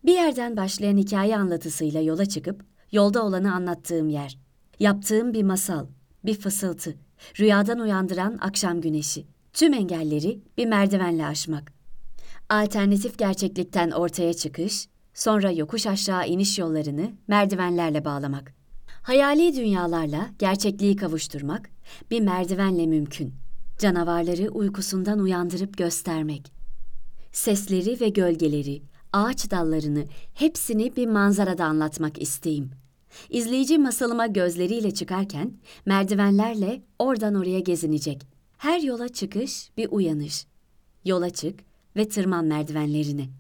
Bir yerden başlayan hikaye anlatısıyla yola çıkıp yolda olanı anlattığım yer. Yaptığım bir masal, bir fısıltı, rüyadan uyandıran akşam güneşi. Tüm engelleri bir merdivenle aşmak. Alternatif gerçeklikten ortaya çıkış, sonra yokuş aşağı iniş yollarını merdivenlerle bağlamak. Hayali dünyalarla gerçekliği kavuşturmak bir merdivenle mümkün. Canavarları uykusundan uyandırıp göstermek. Sesleri ve gölgeleri, ağaç dallarını hepsini bir manzarada anlatmak isteğim. İzleyici masalıma gözleriyle çıkarken merdivenlerle oradan oraya gezinecek. Her yola çıkış bir uyanış. Yola çık ve tırman merdivenlerini.